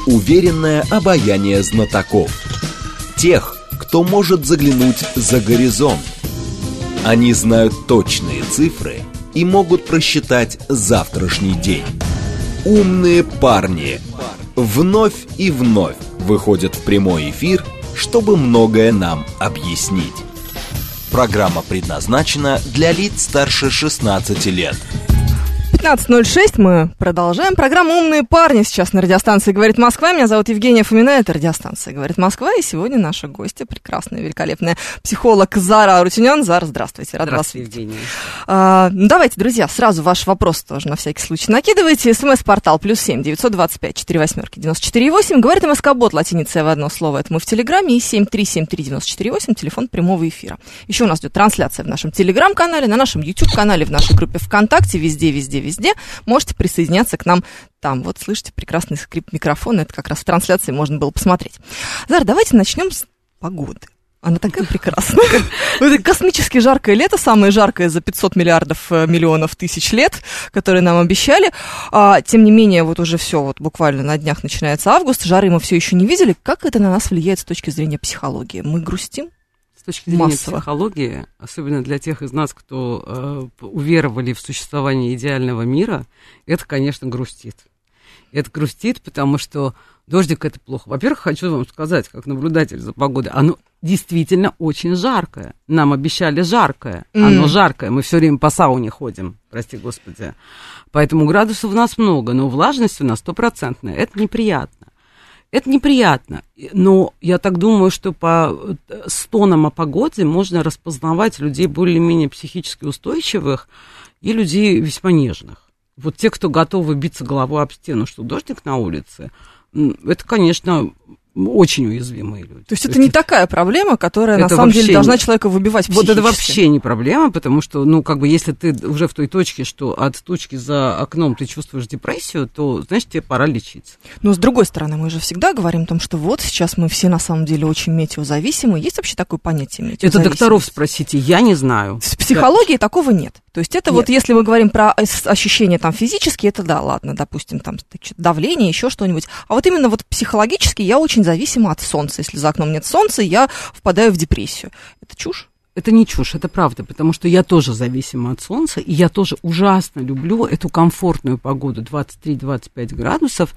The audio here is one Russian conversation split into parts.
уверенное обаяние знатоков. Тех, кто может заглянуть за горизонт. Они знают точные цифры и могут просчитать завтрашний день. Умные парни вновь и вновь выходят в прямой эфир, чтобы многое нам объяснить. Программа предназначена для лиц старше 16 лет. 15:06, мы продолжаем. Программа «Умные парни» сейчас на радиостанции «Говорит Москва». Меня зовут Евгения Фомина, это радиостанция «Говорит Москва». И сегодня наша гостья, прекрасная, великолепная психолог Зара Арутюнян. Зара, здравствуйте, рада вас видеть. Евгения. Давайте, друзья, сразу ваш вопрос тоже на всякий случай накидывайте. СМС-портал +7 925 48 94 8. Говорит МСК-бот латиницей в одно слово. Это мы в Телеграме. И 7373 94 8, телефон прямого эфира. Еще у нас идет трансляция в нашем Телеграм-канале, на нашем YouTube-канале, в нашей группе ВКонтакте, везде. Можете присоединяться к нам там. Вот, слышите, прекрасный скрип микрофона. Это как раз в трансляции можно было посмотреть. Зара, давайте начнем с погоды. Она такая прекрасная. Это космически жаркое лето, самое жаркое за 500 миллионов тысяч лет, которые нам обещали. Тем не менее, вот уже все, вот буквально на днях начинается август, жары мы все еще не видели. Как это на нас влияет с точки зрения психологии? Мы грустим? С точки зрения массово. психологии, особенно для тех из нас, кто уверовали в существование идеального мира, это, конечно, грустит. Это грустит, потому что дождик – это плохо. Во-первых, хочу вам сказать, как наблюдатель за погодой, оно действительно очень жаркое. Нам обещали жаркое. Оно жаркое. Мы все время по сауне ходим, прости господи. Поэтому градусов у нас много, но влажность у нас 100%. Это неприятно. Это неприятно, но я так думаю, что по стонам о погоде можно распознавать людей более-менее психически устойчивых и людей весьма нежных. Вот те, кто готовы биться головой об стену, что дождик на улице, это, конечно, очень уязвимые люди. То есть это не такая проблема, которая на самом деле должна человека выбивать психически. Вот это вообще не проблема, потому что, если ты уже в той точке, что от тучки за окном ты чувствуешь депрессию, то, значит, тебе пора лечиться. Но с другой стороны, мы же всегда говорим о том, что вот сейчас мы все на самом деле очень метеозависимы. Есть вообще такое понятие метеозависимость? Это докторов спросите, я не знаю. В психологии такого нет. То есть это вот если мы говорим про ощущения там физические, это да, ладно, допустим, там давление, еще что-нибудь. А вот именно вот психологически я очень зависима от солнца. Если за окном нет солнца, я впадаю в депрессию. Это чушь? Это не чушь, это правда, потому что я тоже зависима от солнца, и я тоже ужасно люблю эту комфортную погоду 23-25 градусов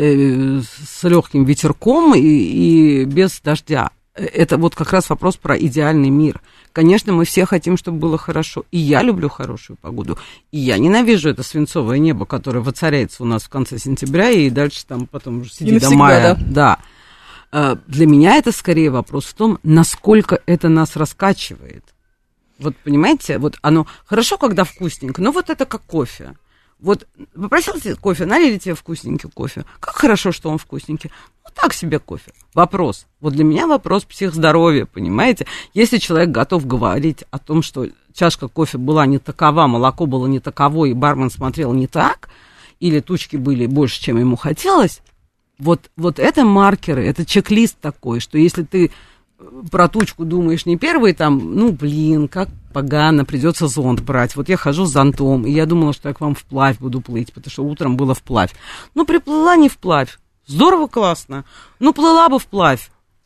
с легким ветерком и без дождя. Это вот как раз вопрос про идеальный мир. Конечно, мы все хотим, чтобы было хорошо. И я люблю хорошую погоду. И я ненавижу это свинцовое небо, которое воцаряется у нас в конце сентября, и дальше там потом уже сидит до мая. Да. Для меня это скорее вопрос в том, насколько это нас раскачивает. Вот понимаете, вот оно хорошо, когда вкусненько, но вот это как кофе. Вот попросил тебе кофе, налили тебе вкусненький кофе. Как хорошо, что он вкусненький. Ну, так себе кофе. Вопрос. Вот для меня вопрос психоздоровья, понимаете? Если человек готов говорить о том, что чашка кофе была не такова, молоко было не таково, и бармен смотрел не так, или тучки были больше, чем ему хотелось, вот это маркеры, это чек-лист такой, что если ты про тучку думаешь не первый, там, как погано, придется зонт брать. Вот я хожу с зонтом, и я думала, что я к вам вплавь буду плыть, потому что утром было вплавь. Приплыла не вплавь. Здорово, классно. Плыла бы вплавь.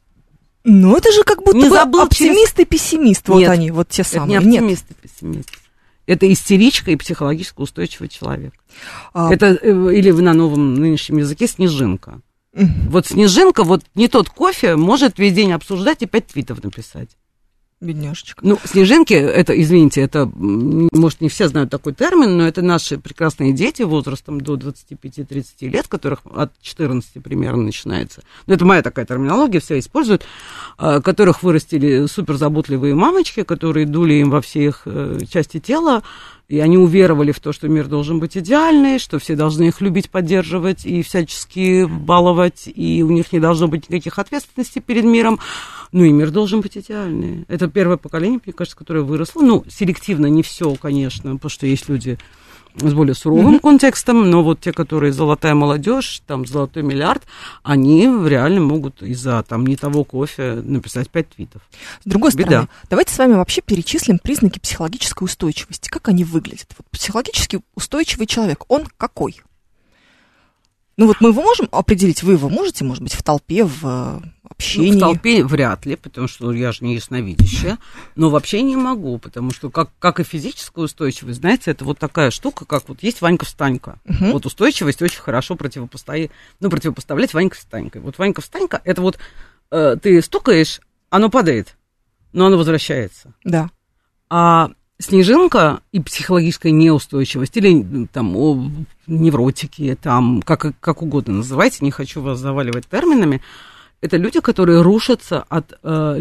Это же как будто бы оптимист и пессимист. Вот они, вот те самые. Это не оптимист и пессимист. Это истеричка и психологически устойчивый человек. Это, или на новом нынешнем языке, снежинка. Вот снежинка, вот не тот кофе, может весь день обсуждать и 5 твитов написать. Бедняжечка. Снежинки, это, извините, это, может, не все знают такой термин, но это наши прекрасные дети возрастом до 25-30 лет, которых от 14 примерно начинается. Это моя такая терминология, все используют, которых вырастили суперзаботливые мамочки, которые дули им во все их части тела, и они уверовали в то, что мир должен быть идеальный, что все должны их любить, поддерживать и всячески баловать, и у них не должно быть никаких ответственностей перед миром. И мир должен быть идеальный. Это первое поколение, мне кажется, которое выросло. Селективно не все, конечно, потому что есть люди с более суровым контекстом, но вот те, которые золотая молодежь, там золотой миллиард, они реально могут из-за не того кофе написать 5 твитов. С другой стороны, давайте с вами вообще перечислим признаки психологической устойчивости. Как они выглядят? Вот психологически устойчивый человек, он какой? Ну вот мы его можем определить, вы его можете, может быть, в толпе, в общении? Ну, в толпе вряд ли, потому что я же не ясновидящая, но в общении могу, потому что как и физическая устойчивость, знаете, это вот такая штука, как вот есть Ванька-встанька. Вот устойчивость очень хорошо противопоставлять Ванька-встанькой. Вот Ванька-встанька, это вот ты стукаешь, оно падает, но оно возвращается. Да. А снежинка и психологическая неустойчивость, или там невротики, там, как угодно называйте, не хочу вас заваливать терминами, это люди, которые рушатся от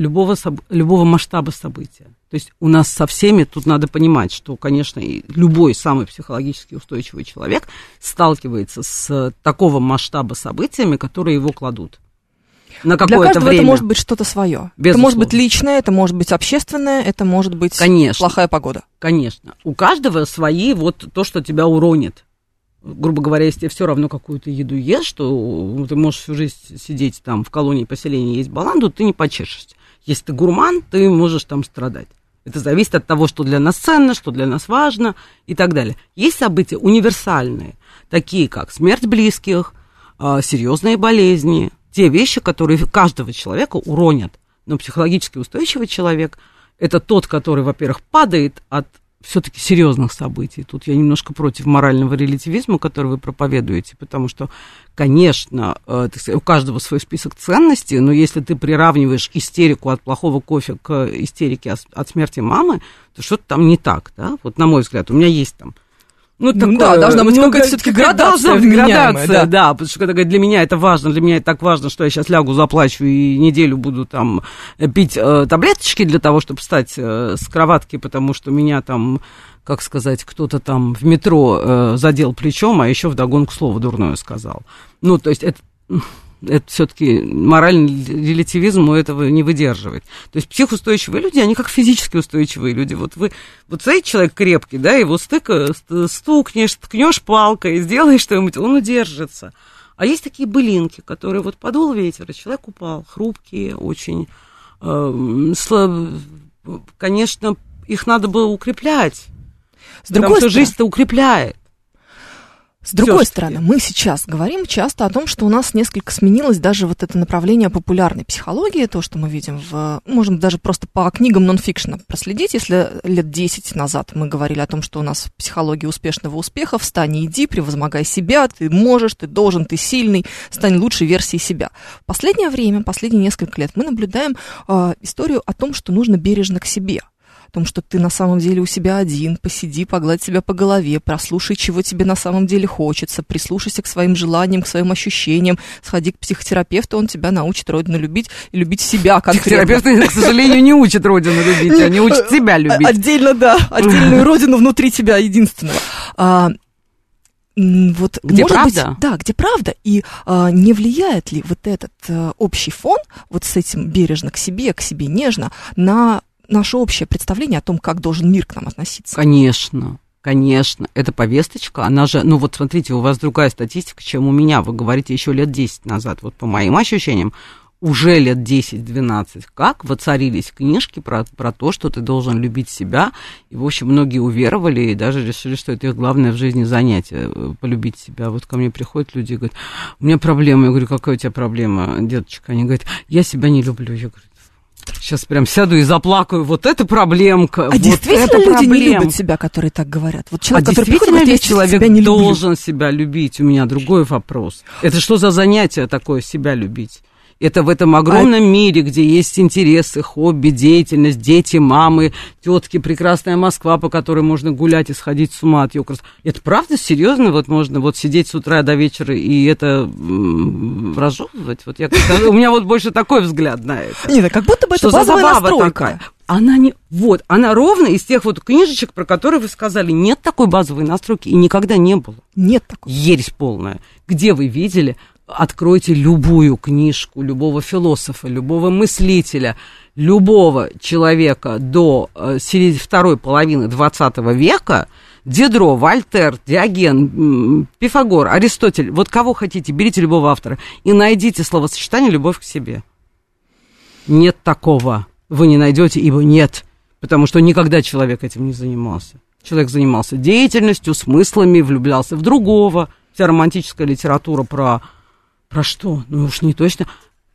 любого масштаба события. То есть у нас со всеми, тут надо понимать, что, конечно, любой самый психологически устойчивый человек сталкивается с такого масштаба событиями, которые его кладут. На какое-то Для каждого время. это может быть что-то свое. Это может быть личное, это может быть общественное, это может быть плохая погода. Конечно. У каждого свои вот то, что тебя уронит. Грубо говоря, если тебе все равно какую то еду ешь, что ты можешь всю жизнь сидеть там в колонии поселения, есть баланду, ты не почешешься. Если ты гурман, ты можешь там страдать. Это зависит от того, что для нас ценно, что для нас важно и так далее. Есть события универсальные, такие как смерть близких, серьезные болезни, те вещи, которые каждого человека уронят. Но психологически устойчивый человек – это тот, который, во-первых, падает от все-таки серьезных событий. Тут я немножко против морального релятивизма, который вы проповедуете, потому что, конечно, у каждого свой список ценностей, но если ты приравниваешь истерику от плохого кофе к истерике от смерти мамы, то что-то там не так, да? Вот на мой взгляд, у меня есть там. Да, должна быть какая-то все-таки градация, да, потому что когда говорят, для меня это важно, для меня это так важно, что я сейчас лягу, заплачу и неделю буду там пить таблеточки для того, чтобы встать с кроватки, потому что меня там, как сказать, кто-то там в метро задел плечом, а еще вдогонку слово дурное сказал. Ну, то есть это все-таки моральный релятивизм у этого не выдерживает. То есть психоустойчивые люди, они как физически устойчивые люди. Вот стоит человек крепкий, да, его стукнешь, ткнешь палкой, сделаешь что-нибудь, он удержится. А есть такие былинки, которые вот подул ветер, и человек упал, хрупкие очень. Конечно, их надо было укреплять, потому что жизнь-то укрепляет. С другой стороны, мы сейчас говорим часто о том, что у нас несколько сменилось даже вот это направление популярной психологии, то, что мы видим можем даже просто по книгам нон-фикшена проследить, если лет 10 назад мы говорили о том, что у нас психология успешного успеха, встань и иди, превозмогай себя, ты можешь, ты должен, ты сильный, стань лучшей версией себя. В последнее время, последние несколько лет мы наблюдаем историю о том, что нужно бережно к себе. О том, что ты на самом деле у себя один, посиди, погладь себя по голове, прослушай, чего тебе на самом деле хочется, прислушайся к своим желаниям, к своим ощущениям, сходи к психотерапевту, он тебя научит родину любить и любить себя конкретно. Психотерапевт, к сожалению, не учит родину любить, они учат себя любить. Отдельно, да, отдельную родину внутри тебя единственного. Вот, где может правда? Быть, да, где правда, и не влияет ли вот этот общий фон, вот с этим бережно к себе нежно, на наше общее представление о том, как должен мир к нам относиться? Конечно, это повесточка, она же, ну вот смотрите, у вас другая статистика, чем у меня, вы говорите еще лет 10 назад, вот по моим ощущениям, уже лет 10-12 как воцарились книжки про то, что ты должен любить себя, и, в общем, многие уверовали и даже решили, что это их главное в жизни занятие, полюбить себя. Вот ко мне приходят люди и говорят, у меня проблема, я говорю, какая у тебя проблема, деточка? Они говорят, я себя не люблю, я говорю, сейчас прям сяду и заплакаю. Вот это проблемка. А действительно люди не любят себя, которые так говорят? Вот человек, который действительно приходит, человек себя не должен себя любить? У меня другой вопрос. Это что за занятие такое, себя любить? Это в этом огромном мире, где есть интересы, хобби, деятельность, дети, мамы, тетки, прекрасная Москва, по которой можно гулять и сходить с ума от ее красоты. Это правда серьезно? Вот можно вот сидеть с утра до вечера и это разжевывать? Вот у меня вот больше такой взгляд на это. Нет, как будто бы это базовая настройка. Такая. Она ровно из тех вот книжечек, про которые вы сказали, нет такой базовой настройки и никогда не было. Нет такой. Ересь полная. Где вы видели? Откройте любую книжку, любого философа, любого мыслителя, любого человека до второй половины 20 века, Дидро, Вольтер, Диоген, Пифагор, Аристотель, вот кого хотите, берите любого автора и найдите словосочетание «любовь к себе». Нет такого. Вы не найдете, ибо нет, потому что никогда человек этим не занимался. Человек занимался деятельностью, смыслами, влюблялся в другого. Вся романтическая литература про что? Ну уж не точно.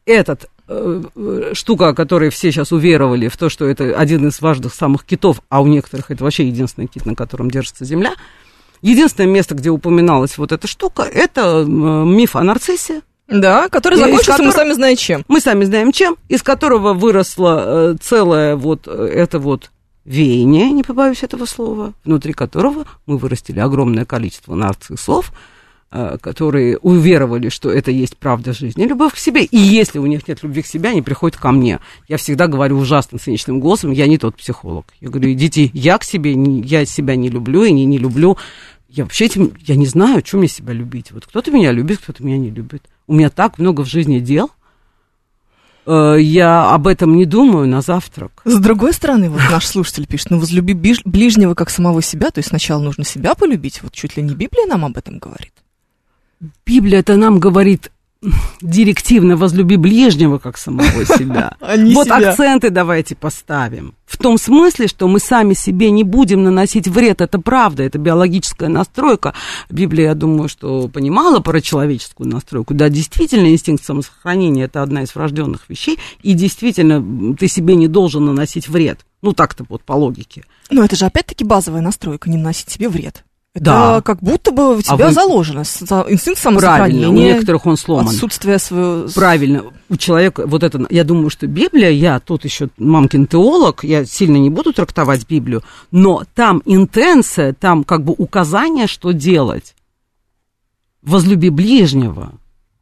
Штука, о которой все сейчас уверовали, в то, что это один из важных самых китов, а у некоторых это вообще единственный кит, на котором держится Земля. Единственное место, где упоминалась вот эта штука, это миф о нарциссе. Да, который закончился, мы сами знаем чем. Мы сами знаем чем, из которого выросло целое вот это вот веяние, не побоюсь этого слова, внутри которого мы вырастили огромное количество нарциссов, которые уверовали, что это есть правда жизни, любовь к себе. И если у них нет любви к себе, они приходят ко мне. Я всегда говорю ужасно циничным голосом, я не тот психолог. Я говорю, идите, я себя не люблю и не люблю. Я вообще я не знаю, что мне себя любить. Вот кто-то меня любит, кто-то меня не любит. У меня так много в жизни дел. Я об этом не думаю на завтрак. С другой стороны, вот наш слушатель пишет, возлюби ближнего как самого себя, то есть сначала нужно себя полюбить. Вот чуть ли не Библия нам об этом говорит. Библия-то нам говорит директивно: возлюби ближнего как самого себя. Вот акценты давайте поставим. В том смысле, что мы сами себе не будем наносить вред. Это правда, это биологическая настройка. Библия, я думаю, что понимала про человеческую настройку. Да, действительно, инстинкт самосохранения – это одна из врожденных вещей. И действительно, ты себе не должен наносить вред. Ну, так-то вот по логике. Но это же опять-таки базовая настройка – не наносить себе вред. Это как будто бы в тебя заложено. Инстинкт самосохранения. Правильно, у некоторых он сломан. Отсутствие своего... Правильно. У человека вот это... Я думаю, что Библия, я тут еще мамкин теолог, я сильно не буду трактовать Библию, но там интенция, там как бы указание, что делать. Возлюби ближнего.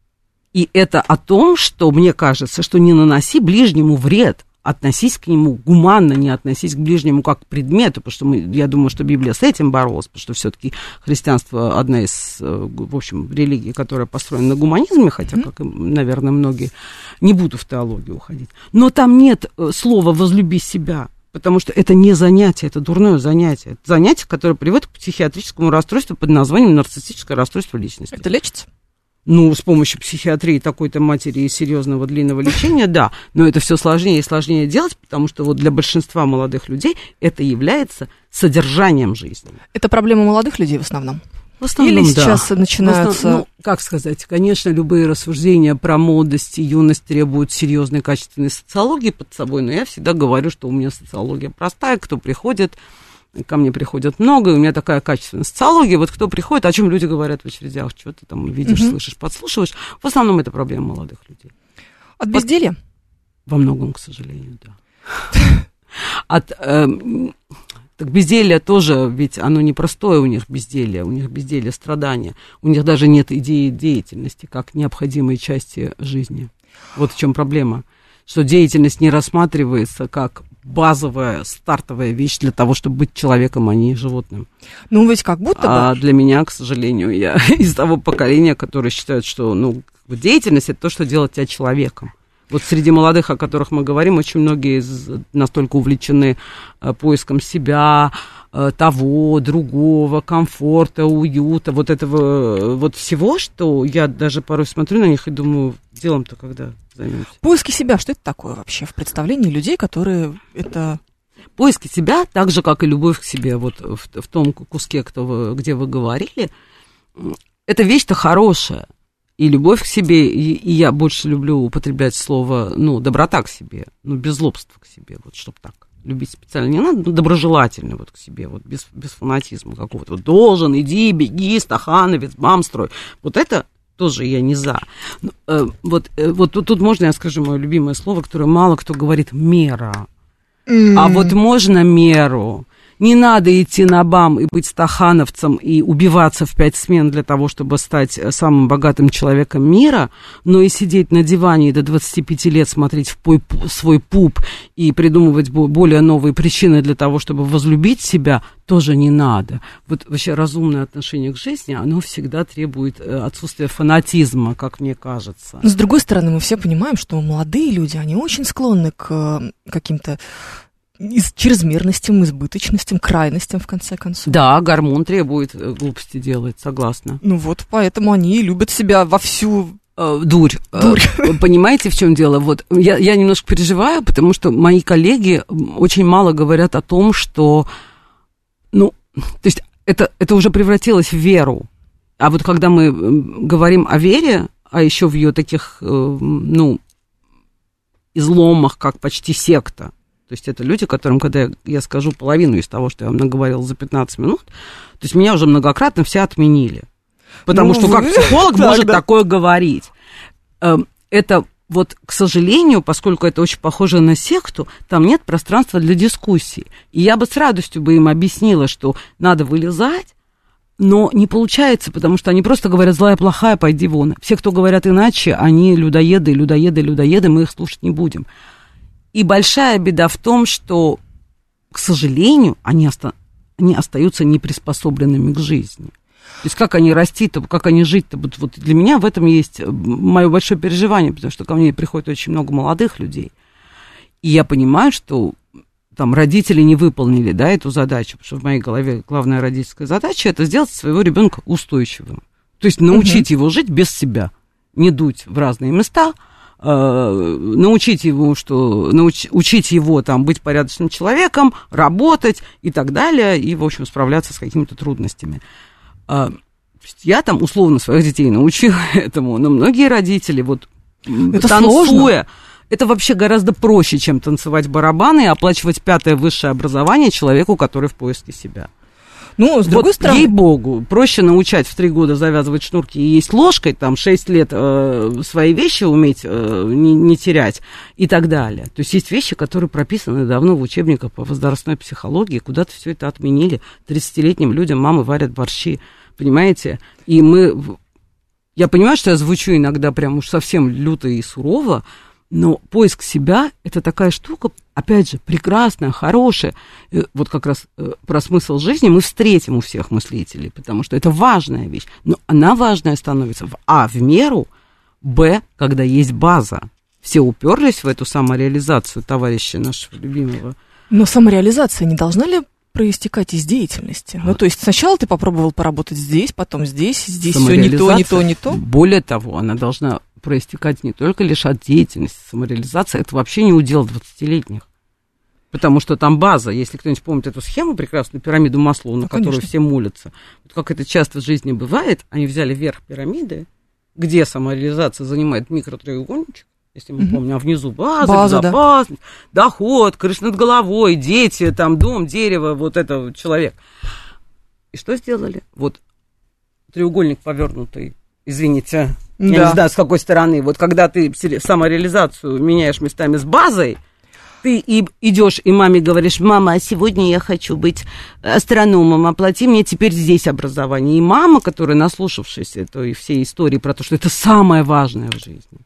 И это о том, что, мне кажется, что не наноси ближнему вред. Относись к нему гуманно, не относись к ближнему как к предмету, потому что я думаю, что Библия с этим боролась, потому что все-таки христианство одна из, в общем, религий, которая построена на гуманизме, хотя, как, наверное, многие, не буду в теологию уходить. Но там нет слова «возлюби себя», потому что это не занятие, это дурное занятие. Это занятие, которое приводит к психиатрическому расстройству под названием нарциссическое расстройство личности. Это лечится? Ну, с помощью психиатрии такой-то матери и серьезного длинного лечения, да, но это все сложнее и сложнее делать, потому что вот для большинства молодых людей это является содержанием жизни. Это проблема молодых людей в основном? В основном, или сейчас начинаются... Ну, как сказать, конечно, любые рассуждения про молодость и юность требуют серьезной, качественной социологии под собой, но я всегда говорю, что у меня социология простая, кто приходит... Ко мне приходят много, и у меня такая качественная социология. Вот кто приходит, о чем люди говорят в очередях, что ты там видишь, слышишь, подслушиваешь. В основном это проблема молодых людей. От безделья? Во многом, к сожалению, да. Так безделье тоже, ведь оно непростое у них безделье страдания. У них даже нет идеи деятельности как необходимой части жизни. Вот в чем проблема. Что деятельность не рассматривается как базовая, стартовая вещь для того, чтобы быть человеком, а не животным. Ну, ведь как будто бы... А для меня, к сожалению, я из того поколения, которое считает, что деятельность – это то, что делает тебя человеком. Вот среди молодых, о которых мы говорим, очень многие настолько увлечены поиском себя, того, другого, комфорта, уюта, вот этого вот всего, что я даже порой смотрю на них и думаю, делом-то когда займемся. Поиски себя, что это такое вообще в представлении людей, которые это... Поиски себя, так же, как и любовь к себе, вот в том куске, где вы говорили, это вещь-то хорошая. И любовь к себе, и я больше люблю употреблять слово, доброта к себе, без злобства к себе, вот чтоб так. Любить специально не надо, доброжелательно вот к себе, вот без фанатизма какого-то. Вот должен, иди, беги, стахановец, бам, строй. Вот это тоже я не за. Вот тут можно я скажу мое любимое слово, которое мало кто говорит, мера. А вот можно меру. Не надо идти на БАМ и быть стахановцем и убиваться в 5 смен для того, чтобы стать самым богатым человеком мира, но и сидеть на диване и до 25 лет смотреть в свой пуп и придумывать более новые причины для того, чтобы возлюбить себя, тоже не надо. Вот вообще разумное отношение к жизни, оно всегда требует отсутствия фанатизма, как мне кажется. Но с другой стороны, мы все понимаем, что молодые люди, они очень склонны к каким-то чрезмерностям, избыточностям, крайностям, в конце концов. Да, гормон требует глупости делать, согласна. Ну вот, поэтому они любят себя вовсю. Дурь. Понимаете, в чем дело? Вот я немножко переживаю, потому что мои коллеги очень мало говорят о том, что, то есть это уже превратилось в веру. А вот когда мы говорим о вере, а еще в ее таких, изломах, как почти секта, то есть это люди, которым, когда я скажу половину из того, что я вам наговорила за 15 минут, то есть меня уже многократно все отменили. Потому что как психолог может такое говорить? Это вот, к сожалению, поскольку это очень похоже на секту, там нет пространства для дискуссий. И я бы с радостью бы им объяснила, что надо вылезать, но не получается, потому что они просто говорят: злая, плохая, пойди вон. Все, кто говорят иначе, они людоеды, мы их слушать не будем. И большая беда в том, что, к сожалению, они остаются неприспособленными к жизни. То есть как они расти-то, как они жить-то. Вот для меня в этом есть мое большое переживание, потому что ко мне приходит очень много молодых людей. И я понимаю, что там родители не выполнили, да, эту задачу, потому что в моей голове главная родительская задача — это сделать своего ребенка устойчивым. То есть научить его жить без себя, не дуть в разные места, учить его там, быть порядочным человеком, работать и так далее, и, в общем, справляться с какими-то трудностями. Я там условно своих детей научила этому, но многие родители, вот это танцуя, сложно. Это вообще гораздо проще, чем танцевать барабаны и оплачивать 5-е высшее образование человеку, который в поиске себя. Ну, с другой стороны... Ей-богу, проще научать в 3 года завязывать шнурки и есть ложкой, там, 6 лет свои вещи уметь не терять и так далее. То есть есть вещи, которые прописаны давно в учебниках по возрастной психологии, куда-то все это отменили. 30-летним людям мамы варят борщи, понимаете? И я понимаю, что я звучу иногда прям уж совсем люто и сурово, но поиск себя — это такая штука, опять же, прекрасная, хорошая. Вот как раз про смысл жизни мы встретим у всех мыслителей, потому что это важная вещь. Но она важная становится в меру, когда есть база. Все уперлись в эту самореализацию товарища нашего любимого. Но самореализация не должна ли проистекать из деятельности? Ну, то есть сначала ты попробовал поработать здесь, потом здесь все не то. Более того, она должна проистекать не только лишь от деятельности. Самореализация — это вообще не удел 20-летних. Потому что там база, если кто-нибудь помнит эту схему, прекрасную пирамиду Маслоу, на которую все молятся, вот как это часто в жизни бывает, они взяли верх пирамиды, где самореализация занимает микротреугольничек, если мы помним, а внизу база, безопасность, доход, крыша над головой, дети, там, дом, дерево, вот это человек. И что сделали? Вот треугольник повернутый, извините, я не знаю, с какой стороны. Вот когда ты самореализацию меняешь местами с базой, ты идешь и маме говоришь: мама, а сегодня я хочу быть астрономом, оплати мне теперь здесь образование. И мама, которая, наслушавшись этой всей истории про то, что это самое важное в жизни,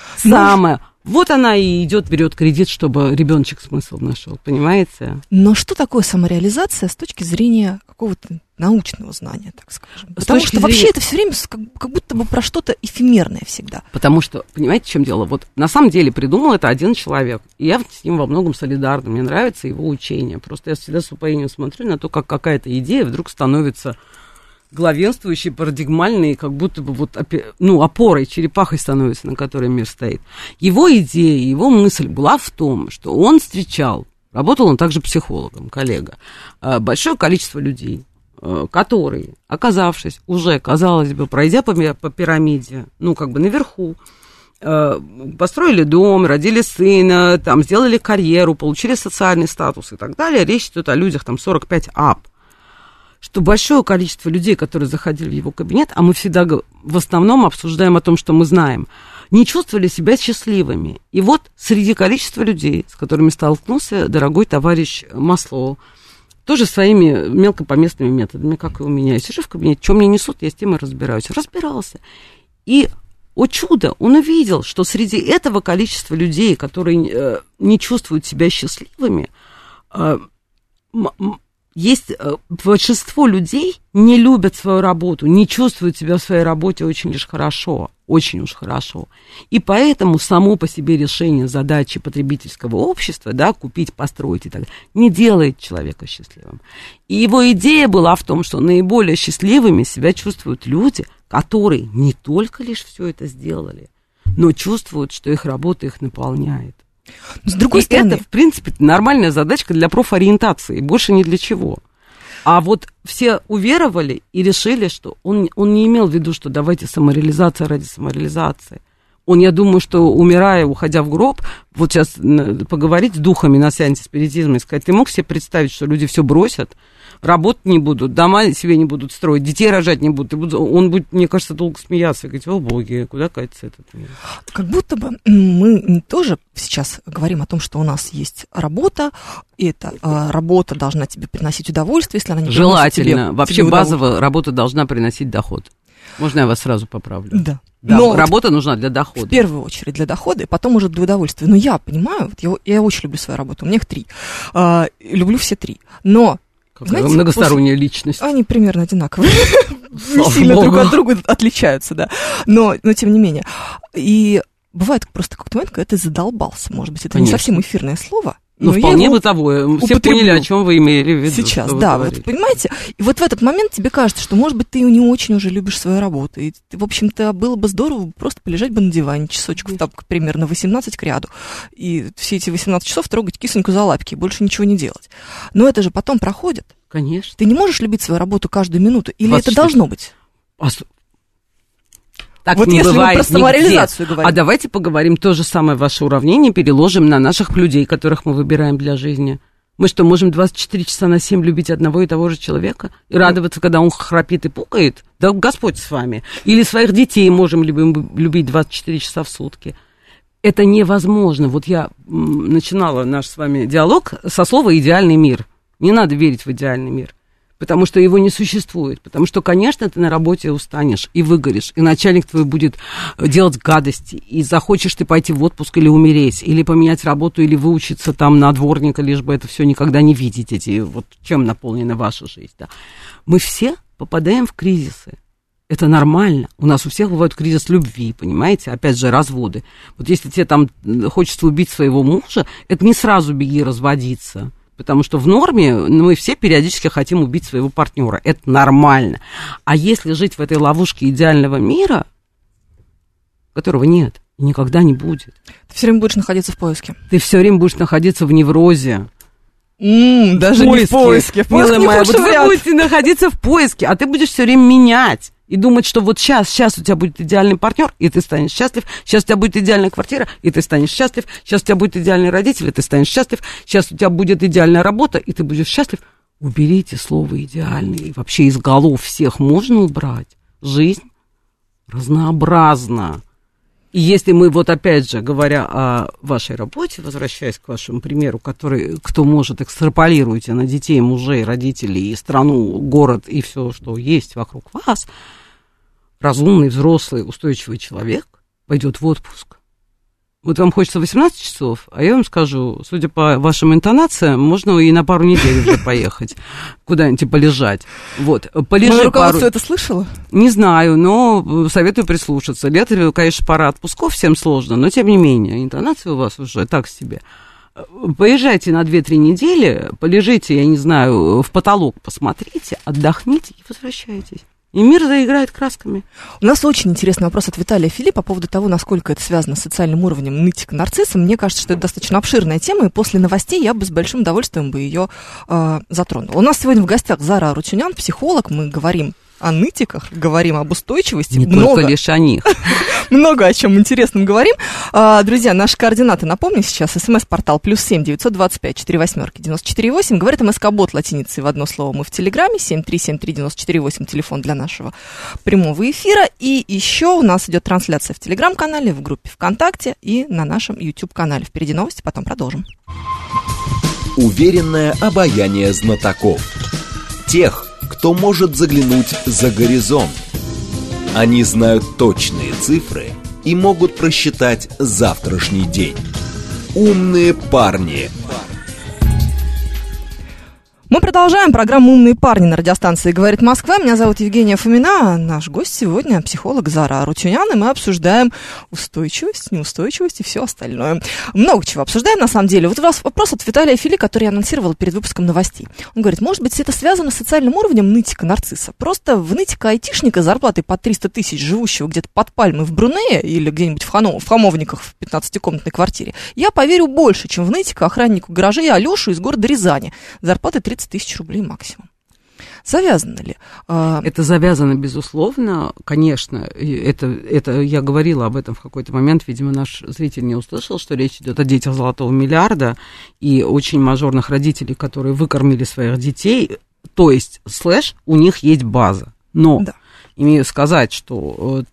вот она и идет, берет кредит, чтобы ребеночек смысл нашел, понимаете? Но что такое самореализация с точки зрения какого-то научного знания, так скажем? Потому что вообще это все время как будто бы про что-то эфемерное всегда. Потому что, понимаете, в чем дело? Вот на самом деле придумал это один человек, и я с ним во многом солидарна, мне нравится его учение. Просто я всегда с упоением смотрю на то, как какая-то идея вдруг становится главенствующей, парадигмальной, как будто бы вот, опорой, черепахой становится, на которой мир стоит. Его идея, его мысль была в том, что он встречал, работал он также психологом, коллега, большое количество людей, которые, оказавшись уже, казалось бы, пройдя по пирамиде, наверху, построили дом, родили сына, там, сделали карьеру, получили социальный статус и так далее, речь идет о людях там 45 ап. Что большое количество людей, которые заходили в его кабинет, а мы всегда в основном обсуждаем о том, что мы знаем, не чувствовали себя счастливыми. И вот среди количества людей, с которыми столкнулся дорогой товарищ Маслоу, тоже своими мелкопоместными методами, как и у меня. Я сижу в кабинете, что мне несут, я с тем и разбираюсь. Разбирался. И, о чудо, он увидел, что среди этого количества людей, которые не чувствуют себя счастливыми, есть большинство людей не любят свою работу, не чувствуют себя в своей работе очень уж хорошо. И поэтому само по себе решение задачи потребительского общества, да, купить, построить и так далее, не делает человека счастливым. И его идея была в том, что наиболее счастливыми себя чувствуют люди, которые не только лишь все это сделали, но чувствуют, что их работа их наполняет. С другой стороны, это, в принципе, нормальная задачка для профориентации, больше ни для чего. А вот все уверовали и решили, что он не имел в виду, что давайте самореализация ради самореализации. Я думаю, что умирая, уходя в гроб, вот сейчас поговорить с духами на сеансе спиритизма и сказать, ты мог себе представить, что люди все бросят, работать не будут, дома себе не будут строить, детей рожать не будут. Он будет, мне кажется, долго смеяться и говорить, о боги, куда катится этот мир? Как будто бы мы тоже сейчас говорим о том, что у нас есть работа, и эта работа должна тебе приносить удовольствие, если она не приносит тебе желательно. Вообще базово работа должна приносить доход. Можно я вас сразу поправлю? Да. Да, но работа нужна для дохода. В первую очередь для дохода, и потом уже для удовольствия. Но я понимаю, я очень люблю свою работу, у меня их 3. Люблю все 3. Но, знаете, многосторонняя личность. Они примерно одинаковые. Не сильно друг от друга отличаются, да. Но тем не менее. И бывает просто какой-то момент, когда ты задолбался. Может быть, это не совсем эфирное слово. Но вполне бытовое. Все поняли, о чем вы имели в виду. Сейчас, да, вот понимаете. И вот в этот момент тебе кажется, что, может быть, ты не очень уже любишь свою работу. И, в общем-то, было бы здорово просто полежать бы на диване часочков, там, примерно 18 к ряду. И все эти 18 часов трогать кисоньку за лапки и больше ничего не делать. Но это же потом проходит. Конечно. Ты не можешь любить свою работу каждую минуту? Или это должно быть? Так вот не если бывает мы про самореализацию говорим. А давайте поговорим, то же самое ваше уравнение переложим на наших людей, которых мы выбираем для жизни. Мы что, можем 24 часа на 7 любить одного и того же человека? И радоваться, когда он храпит и пукает? Да Господь с вами. Или своих детей можем любить 24 часа в сутки? Это невозможно. Вот я начинала наш с вами диалог со слова «идеальный мир». Не надо верить в идеальный мир. Потому что его не существует. Потому что, конечно, ты на работе устанешь и выгоришь, и начальник твой будет делать гадости, и захочешь ты пойти в отпуск или умереть, или поменять работу, или выучиться там на дворника, лишь бы это все никогда не видеть, вот чем наполнена ваша жизнь. Да. Мы все попадаем в кризисы. Это нормально. У нас у всех бывает кризис любви, понимаете? Опять же, разводы. Вот если тебе там хочется убить своего мужа, это не сразу беги разводиться. Потому что в норме мы все периодически хотим убить своего партнера. Это нормально. А если жить в этой ловушке идеального мира, которого нет и никогда не будет. Ты все время будешь находиться в поиске. Ты все время будешь находиться в неврозе. Даже не в поиске. Милая моя, вот вы будете находиться в поиске, а ты будешь все время менять. И думать, что вот сейчас у тебя будет идеальный партнер, и ты станешь счастлив. Сейчас у тебя будет идеальная квартира, и ты станешь счастлив. Сейчас у тебя будет идеальный родитель, и ты станешь счастлив. Сейчас у тебя будет идеальная работа, и ты будешь счастлив. Уберите слово «идеальный». И вообще из голов всех можно убрать. Жизнь разнообразна. И если мы, вот опять же, говоря о вашей работе, возвращаясь к вашему примеру, который, кто может, экстраполируйте на детей, мужей, родителей, страну, город и все, что есть вокруг вас, разумный, взрослый, устойчивый человек пойдет в отпуск. Вот вам хочется 18 часов, а я вам скажу, судя по вашим интонациям, можно и на пару недель уже поехать куда-нибудь и полежать. Вот, полежи Мое руководство это слышало? Не знаю, но советую прислушаться. Лето, конечно, пора отпусков, всем сложно, но тем не менее, интонация у вас уже так себе. Поезжайте на 2-3 недели, полежите, я не знаю, в потолок посмотрите, отдохните и возвращайтесь. И мир заиграет красками. У нас очень интересный вопрос от Виталия Филиппа по поводу того, насколько это связано с социальным уровнем нытик-нарцисса. Мне кажется, что это достаточно обширная тема, и после новостей я бы с большим удовольствием бы ее затронула. У нас сегодня в гостях Зара Арутюнян, психолог. Мы говорим о нытиках, говорим об устойчивости. Не только лишь о них. Много о чем интересном говорим. Друзья, наши координаты, напомню сейчас. СМС-портал +7 925 48 94 8. Говорит МСК-бот латиницей в одно слово. Мы в Телеграме. 7373948. Телефон для нашего прямого эфира. И еще у нас идет трансляция в Телеграм-канале, в группе ВКонтакте и на нашем YouTube-канале. Впереди новости, потом продолжим. Уверенное обаяние знатоков. Тех, кто может заглянуть за горизонт. Они знают точные цифры и могут просчитать завтрашний день. Умные парни. Мы продолжаем программу «Умные парни» на радиостанции «Говорит Москва». Меня зовут Евгения Фомина, а наш гость сегодня психолог Зара Арутюнян, и мы обсуждаем устойчивость, неустойчивость и все остальное. Много чего обсуждаем, на самом деле. Вот у вас вопрос от Виталия Фили, который я анонсировала перед выпуском новостей. Он говорит, может быть, это связано с социальным уровнем нытика-нарцисса? Просто в нытика-айтишника зарплатой по 300 тысяч, живущего где-то под пальмой в Брунее или где-нибудь в Хамовниках в 15-комнатной квартире, я поверю больше, чем в нытика охраннику гаражей Алешу из города Рязани. Зарплата 30 тысяч рублей максимум. Завязано ли? Это завязано, безусловно, конечно. Это я говорила об этом в какой-то момент. Видимо, наш зритель не услышал, что речь идет о детях золотого миллиарда и очень мажорных родителей, которые выкормили своих детей. То есть, у них есть база. Но... Да. Имею сказать, что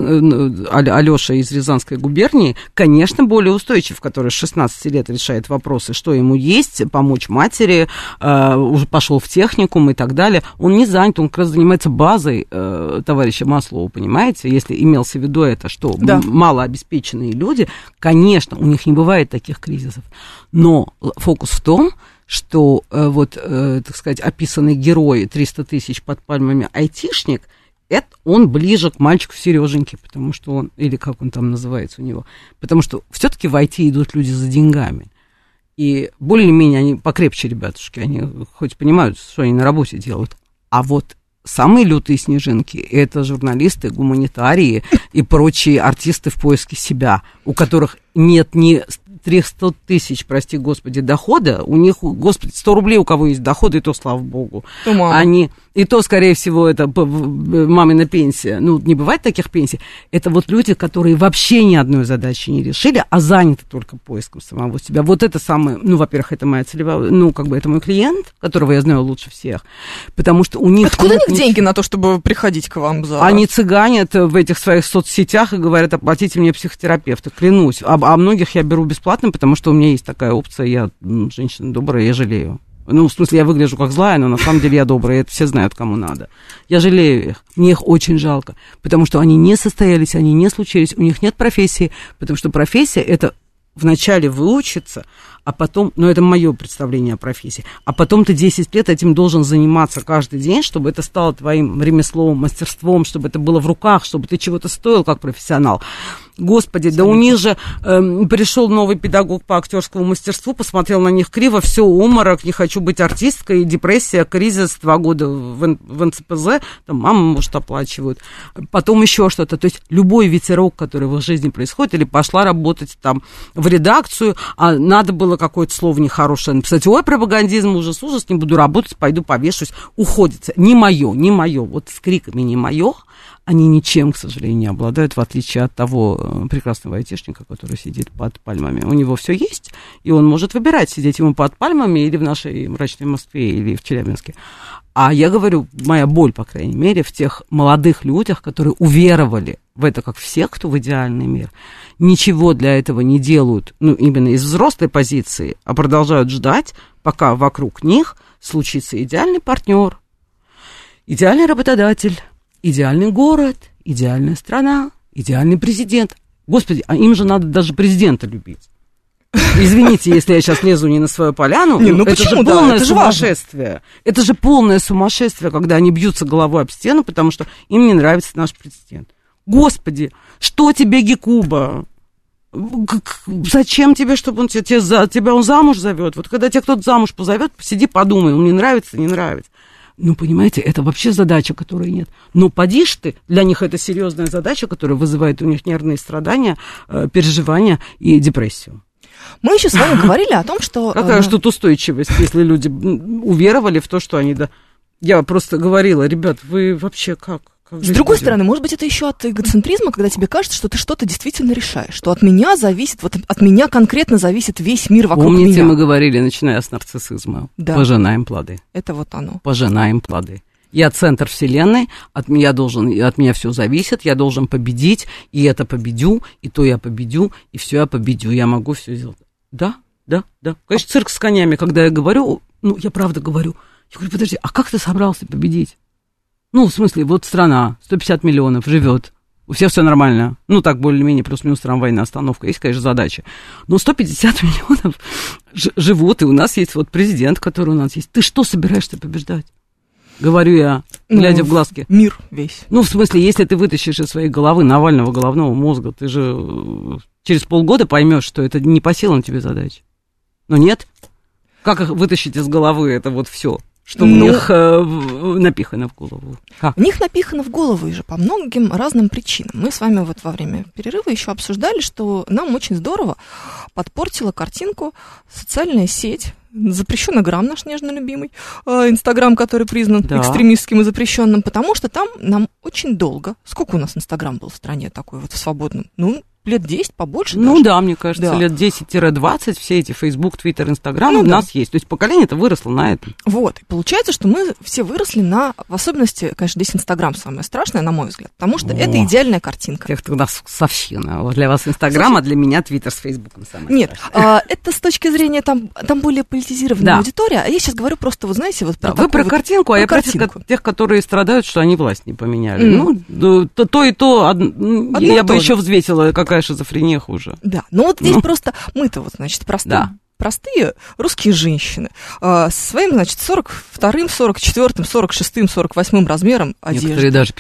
Алёша из Рязанской губернии, конечно, более устойчив, который с 16 лет решает вопросы, что ему есть, помочь матери, уже пошел в техникум и так далее. Он не занят, он как раз занимается базой товарища Маслоу, понимаете? Если имелся в виду это, что малообеспеченные люди, конечно, у них не бывает таких кризисов. Но фокус в том, что так сказать, описанный герой 300 тысяч под пальмами айтишник, это он ближе к мальчику Сереженьке, потому что он, или как он там называется у него, потому что все-таки в IT идут люди за деньгами. И более-менее они покрепче, ребятушки, они хоть понимают, что они на работе делают. А вот самые лютые снежинки – это журналисты, гуманитарии и прочие артисты в поиске себя, у которых нет ни 300 тысяч, прости господи, дохода, у них, господи, 100 рублей у кого есть дохода, и то, слава богу. Они, и то, скорее всего, это мамина пенсия. Ну, не бывает таких пенсий. Это вот люди, которые вообще ни одной задачи не решили, а заняты только поиском самого себя. Вот это самое, ну, во-первых, это моя целевая, ну, как бы это мой клиент, которого я знаю лучше всех, потому что у них... Откуда у них деньги на то, чтобы приходить к вам за... Они цыганят в этих своих соцсетях и говорят, оплатите мне психотерапевта, клянусь. А многих я беру бесплатно, потому что у меня есть такая опция, я женщина добрая, я жалею. Ну, в смысле, я выгляжу как злая, но на самом деле я добрая, это все знают, кому надо. Я жалею их, мне их очень жалко, потому что они не состоялись, они не случились, у них нет профессии, потому что профессия – это вначале выучиться, а потом, ну, это мое представление о профессии, а потом ты 10 лет этим должен заниматься каждый день, чтобы это стало твоим ремеслом, мастерством, чтобы это было в руках, чтобы ты чего-то стоил как профессионал. Господи, да у них же пришел новый педагог по актерскому мастерству, посмотрел на них криво, все, обморок, не хочу быть артисткой, депрессия, кризис, 2 года в НЦПЗ, там мама, может, оплачивают, потом еще что-то. То есть любой ветерок, который в их жизни происходит, или пошла работать там в редакцию, а надо было какое-то слово нехорошее написать, ой, пропагандизм, ужас, не буду работать, пойду повешусь, уходится. Не мое, вот с криками не мое, они ничем, к сожалению, не обладают, в отличие от того прекрасного айтишника, который сидит под пальмами. У него все есть, и он может выбирать, сидеть ему под пальмами или в нашей мрачной Москве, или в Челябинске. А я говорю, моя боль, по крайней мере, в тех молодых людях, которые уверовали в это, как все, кто в идеальный мир, ничего для этого не делают, ну, именно из взрослой позиции, а продолжают ждать, пока вокруг них случится идеальный партнер, идеальный работодатель, идеальный город, идеальная страна, идеальный президент. Господи, а им же надо даже президента любить. Извините, если я сейчас лезу не на свою поляну, это же полное сумасшествие. Это же полное сумасшествие, когда они бьются головой об стену, потому что им не нравится наш президент. Господи, что тебе Гекуба? Зачем тебе, чтобы он тебя он замуж зовет? Вот когда тебя кто-то замуж позовет, посиди, подумай, он мне нравится, не нравится. Ну, понимаете, это вообще задача, которой нет. Но поди ж ты, для них это серьезная задача, которая вызывает у них нервные страдания, переживания и депрессию. Мы еще с вами говорили о том, что... Какая же тут устойчивость, если люди уверовали в то, что они... Я просто говорила, ребят, вы вообще как? С другой стороны, может быть, это еще от эгоцентризма, когда тебе кажется, что ты что-то действительно решаешь, что от меня зависит, вот от меня конкретно зависит весь мир вокруг меня. Помните, мы говорили, начиная с нарциссизма, да. Пожинаем плоды. Это вот оно. Пожинаем плоды. Я центр вселенной, от меня все зависит, я должен победить, и это победю, и то я победю, и все я победю, я могу все сделать. Да. Конечно, цирк с конями, когда я говорю, ну, я правда говорю, я говорю, подожди, а как ты собрался победить? Ну, в смысле, вот страна, 150 миллионов живет, у всех все нормально. Ну, так, более-менее, плюс-минус трамвайная остановка. Есть, конечно, задача. Но 150 миллионов живут, и у нас есть вот президент, который у нас есть. Ты что собираешься побеждать? Говорю я, глядя в глазки. Мир весь. Ну, в смысле, если ты вытащишь из своей головы Навального головного мозга, ты же через полгода поймешь, что это не по силам тебе задача. Но нет. Как их вытащить из головы, это вот все. Что у них напихано в голову. Как? У них напихано в голову и же по многим разным причинам. Мы с вами вот во время перерыва еще обсуждали, что нам очень здорово подпортила картинку социальная сеть запрещенограмм наш нежно любимый, Инстаграм, который признан Да. экстремистским и запрещенным, потому что там нам очень долго, сколько у нас Инстаграм был в стране такой вот в свободном, лет 10, побольше Ну даже. да, мне кажется, Да. лет 10-20 все эти Facebook, Twitter, Instagram Ну у да. нас есть. То есть поколение-то выросло на этом. Вот, и получается, что мы все выросли в особенности, конечно, здесь Инстаграм самое страшное, на мой взгляд, потому что это идеальная картинка. Тех, кто у нас совщина. Вот для вас Инстаграм, а для меня Твиттер с Фейсбуком самое Нет, страшное. это с точки зрения, там более политизированная Да. аудитория, а я сейчас говорю просто, вы знаете, вот Да, про вы такую про вот- картинку, а про я про картинку. тех, которые страдают, что они власть не поменяли. Мгм. Ну, то и то, Одно я и бы то еще же. взвесила, какая шизофрения хуже. Да, но вот здесь Ну. просто мы-то вот, значит, Да. простые русские женщины со своим, значит, 42-м, 44-м, 46-м, 48-м размером одежды. Некоторые даже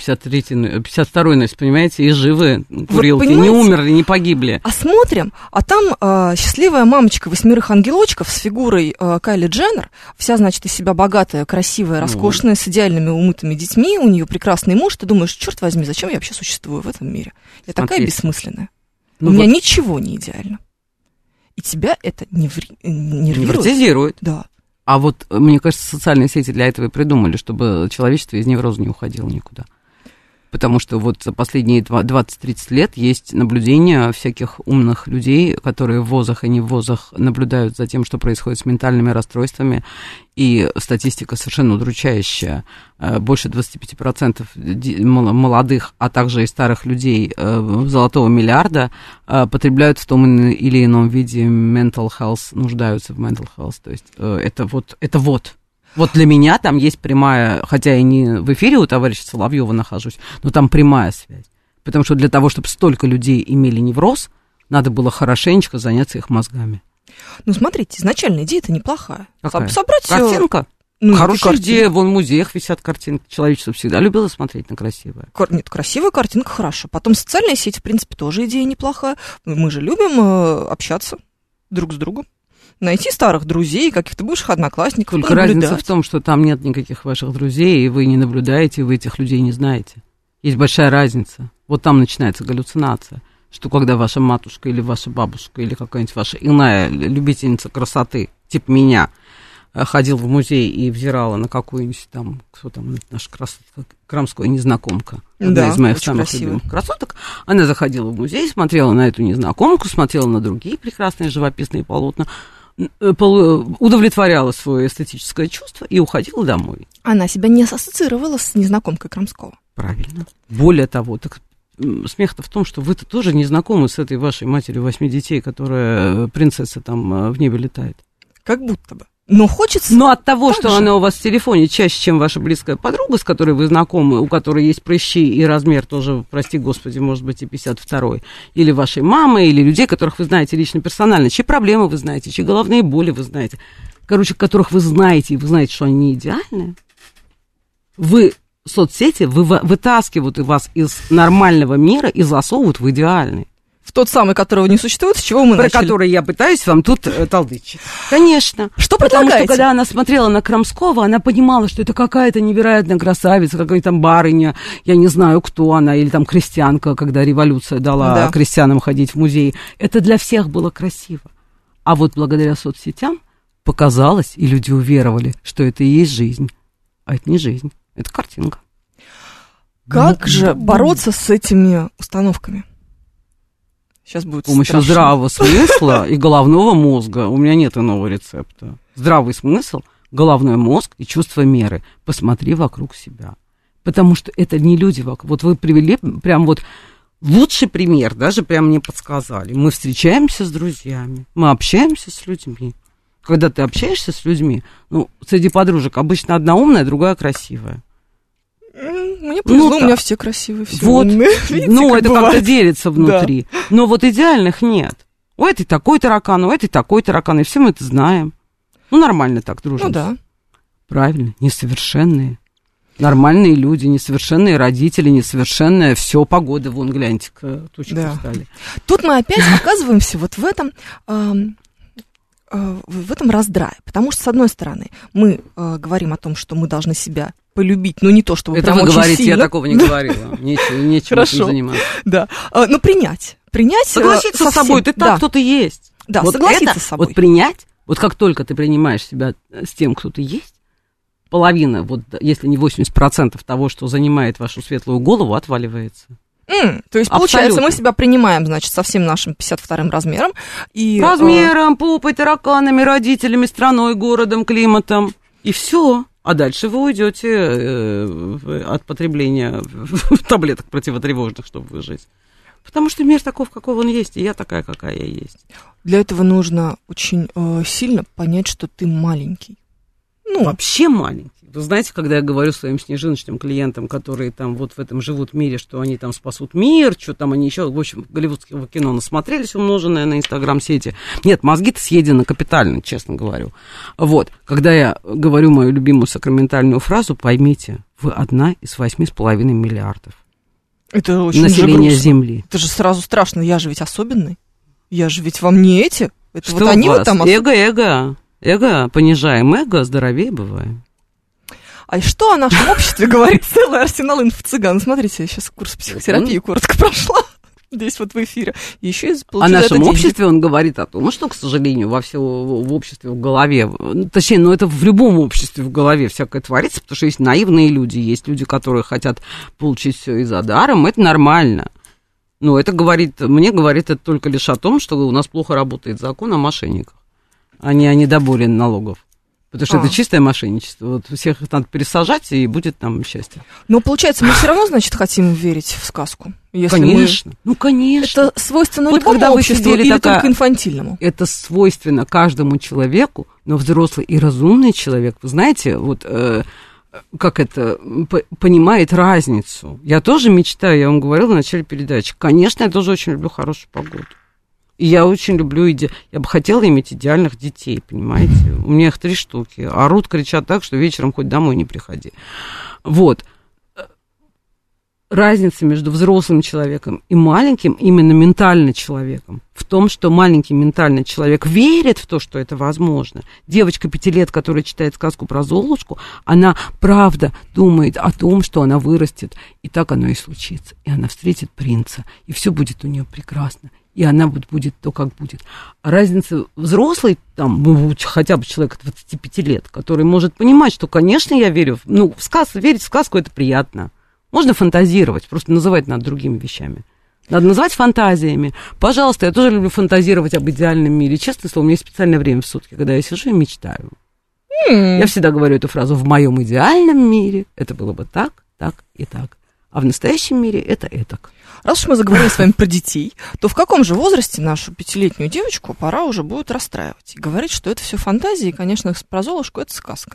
52-й носят, понимаете, и живы, курилки, не понимаете? умерли, не погибли. А смотрим, а там счастливая мамочка 8 ангелочков с фигурой Кайли Дженнер, вся, значит, из себя богатая, красивая, роскошная, с идеальными умытыми детьми, у нее прекрасный муж, ты думаешь, черт возьми, зачем я вообще существую в этом мире? Я такая Смотрите. бессмысленная. Ну у меня вот. ничего не идеально. И тебя это нервирует. Невротизирует. Да. А вот, мне кажется, социальные сети для этого и придумали, чтобы человечество из невроза не уходило никуда. Потому что вот за последние 20-30 лет есть наблюдения всяких умных людей, которые в ВОЗах и не в ВОЗах наблюдают за тем, что происходит с ментальными расстройствами, и статистика совершенно удручающая. Больше 25% молодых, а также и старых людей золотого миллиарда потребляют в том или ином виде mental health, нуждаются в mental health. То есть это вот. Вот для меня там есть прямая, хотя я не в эфире у товарища Соловьева нахожусь, но там прямая связь. Потому что для того, чтобы столько людей имели невроз, надо было хорошенечко заняться их мозгами. Ну, смотрите, изначально идея-то неплохая. Какая? Собрать Картинка? Ну, Хорошая картинка. идея, вон в музеях висят картинки. Человечество всегда любило смотреть на красивое. Нет, красивая картинка, хорошо. Потом социальные сети, в принципе, тоже идея неплохая. Мы же любим общаться друг с другом. Найти старых друзей, каких-то бывших одноклассников, Только разница в том, что там нет никаких ваших друзей, и вы не наблюдаете, и вы этих людей не знаете. Есть большая разница. Вот там начинается галлюцинация. Что когда ваша матушка или ваша бабушка или какая-нибудь ваша иная любительница красоты, типа меня, ходил в музей и взирала на какую-нибудь там, кто там, наша красотка, крамская незнакомка, одна Да, из моих очень самых красивая. любимых красоток, она заходила в музей, смотрела на эту незнакомку, смотрела на другие прекрасные живописные полотна, удовлетворяла свое эстетическое чувство и уходила домой. Она себя не ассоциировала с незнакомкой Крамского. Правильно. Более того, так смех-то в том, что вы-то тоже не знакомы с этой вашей матерью 8 детей, которая принцесса там в небе летает. Как будто бы. Но хочется... Но от того, так что же. она у вас в телефоне чаще, чем ваша близкая подруга, с которой вы знакомы, у которой есть прыщи и размер тоже, прости господи, может быть и 52-й, или вашей мамы, или людей, которых вы знаете лично персонально, чьи проблемы вы знаете, чьи головные боли вы знаете, короче, которых вы знаете, и вы знаете, что они не идеальны, вы соцсети вытаскивают вас из нормального мира и засовывают в идеальный. В тот самый, которого не существует, с чего мы Про начали. который я пытаюсь вам тут толдычить. Конечно. Что Потому предлагаете? что, когда она смотрела на Крамского, она понимала, что это какая-то невероятная красавица, какая-то там барыня, я не знаю, кто она, или там крестьянка, когда революция дала Да. крестьянам ходить в музей. Это для всех было красиво. А вот благодаря соцсетям показалось, и люди уверовали, что это и есть жизнь. А это не жизнь, это картинка. Как же бороться с этими установками? Сейчас будет С помощью страшно. здравого смысла и головного мозга. У меня нет иного рецепта. Здравый смысл, головной мозг и чувство меры. Посмотри вокруг себя. Потому что это не люди вокруг. Вот вы привели прям вот лучший пример, даже прям мне подсказали. Мы встречаемся с друзьями, мы общаемся с людьми. Когда ты общаешься с людьми, ну, среди подружек обычно одна умная, другая красивая. Мне повезло, Ну, у меня все красивые, все Вот, умные. Видите, ну, как это бывает? как-то делится внутри. Но вот идеальных нет. У этой такой таракан, у этой такой таракан, и все мы это знаем. Ну, нормально так дружим. Ну да. Правильно, несовершенные. Нормальные люди, несовершенные родители, несовершенная все, погода, вон, гляньте-ка, тучи Да. стали. Тут мы опять оказываемся вот в этом раздрае. Потому что, с одной стороны, мы говорим о том, что мы должны себя полюбить, но не то, чтобы Это прям вы очень говорите, сильно. я такого не говорила. Нечего Хорошо. этим заниматься. Да. Но принять. Согласиться со с собой, всем. ты так, кто ты есть. Да, вот согласиться это, с собой. Вот принять, Вот как только ты принимаешь себя с тем, кто ты есть, половина, вот если не 80% того, что занимает вашу светлую голову, отваливается. То есть, получается, мы себя принимаем, значит, со всем нашим 52-м размером. Размером, попой, тараканами, родителями, страной, городом, климатом. И все. А дальше вы уйдете от потребления таблеток противотревожных, чтобы выжить. Потому что мир таков, каков он есть, и я такая, какая я есть. Для этого нужно очень сильно понять, что ты маленький. Вообще маленький. Вы знаете, когда я говорю своим снежиночным клиентам, которые там вот в этом живут мире, что они там спасут мир, что там они еще, в общем, голливудского кино насмотрелись, умноженное на инстаграм-сети. Нет, мозги-то съедены капитально, честно говорю. Вот, когда я говорю мою любимую сакраментальную фразу, поймите, вы одна из 8,5 миллиардов. Это очень населения Земли. Это же сразу страшно, я же ведь особенный. Я же ведь вам не эти. Это что вот они вас? вот там... Эго, понижаем эго, здоровее бываем. А что о нашем обществе говорит целый арсенал инфо-цыган? Смотрите, я сейчас курс психотерапии коротко прошла. Здесь вот в эфире. Еще и о нашем обществе он говорит о том, что, к сожалению, в обществе в голове, точнее, это в любом обществе в голове всякое творится, потому что есть наивные люди, есть люди, которые хотят получить все из-за даром, это нормально. Но это мне говорит это только лишь о том, что у нас плохо работает закон о мошенниках, а не о недоборе налогов. Потому что это чистое мошенничество. Вот всех их надо пересажать, и будет там счастье. Но получается, мы все равно, значит, хотим верить в сказку. Конечно. Конечно. Это свойственно любому обществу или только инфантильному? Это свойственно каждому человеку, но взрослый и разумный человек, вы знаете, вот как это, понимает разницу. Я тоже мечтаю, я вам говорила в начале передачи. Конечно, я тоже очень люблю хорошую погоду. И я очень люблю, я бы хотела иметь идеальных детей, понимаете? У меня их 3 штуки. Орут, кричат так, что вечером хоть домой не приходи. Вот. Разница между взрослым человеком и маленьким, именно ментально человеком, в том, что маленький ментальный человек верит в то, что это возможно. Девочка 5 лет, которая читает сказку про Золушку, она правда думает о том, что она вырастет, и так оно и случится. И она встретит принца, и все будет у нее прекрасно. И она будет то, как будет. А разница взрослый, там, хотя бы человек 25 лет, который может понимать, что, конечно, я верю, верить в сказку это приятно. Можно фантазировать, просто называть надо другими вещами. Надо называть фантазиями. Пожалуйста, я тоже люблю фантазировать об идеальном мире. Честное слово, у меня есть специальное время в сутки, когда я сижу и мечтаю. Я всегда говорю эту фразу: в моем идеальном мире это было бы так, так и так. А в настоящем мире это этак. Раз уж мы заговорили с вами про детей, то в каком же возрасте нашу 5-летнюю девочку пора уже будет расстраивать и говорить, что это все фантазии, и, конечно, про Золушку это сказка?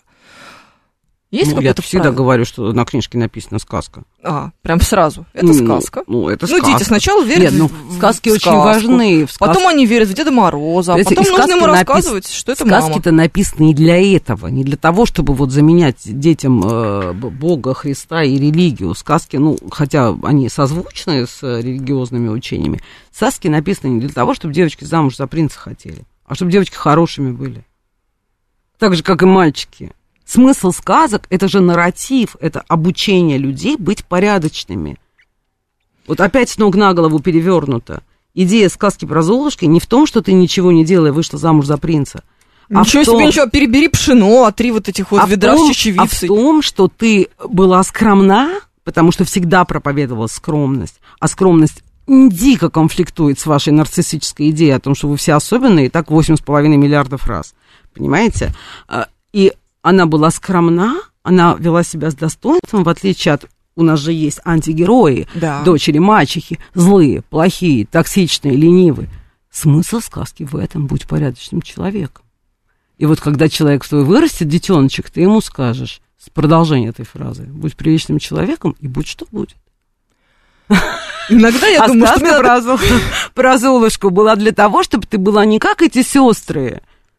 Есть я всегда говорю, что на книжке написана сказка. Прям сразу. Это сказка. Это сказка. Дети сначала верят в сказки сказку, очень важны. Потом они верят в Деда Мороза, а потом нужно ему рассказывать, что это мама. Сказки-то написаны и для этого, не для того, чтобы вот заменять детям Бога, Христа и религию. Сказки, хотя они созвучны с религиозными учениями, сказки написаны не для того, чтобы девочки замуж за принца хотели, а чтобы девочки хорошими были. Так же, как и мальчики. Смысл сказок – это же нарратив, это обучение людей быть порядочными. Вот опять с ног на голову перевернуто. Идея сказки про Золушку не в том, что ты ничего не делая вышла замуж за принца. Ничего, перебери пшено, 3 вот этих вот ведра с чечевицей. А в том, что ты была скромна, потому что всегда проповедовала скромность, а скромность дико конфликтует с вашей нарциссической идеей о том, что вы все особенные, и так 8,5 миллиардов раз. Понимаете? И она была скромна, она вела себя с достоинством, в отличие от... У нас же есть антигерои, дочери, мачехи, злые, плохие, токсичные, ленивые. Смысл сказки в этом: будь порядочным человеком. И вот когда человек твой вырастет, детеночек, ты ему скажешь продолжение этой фразы: будь приличным человеком, и будь что будет. Иногда я думаю, что про Золушку была для того, чтобы ты была не как эти сестры,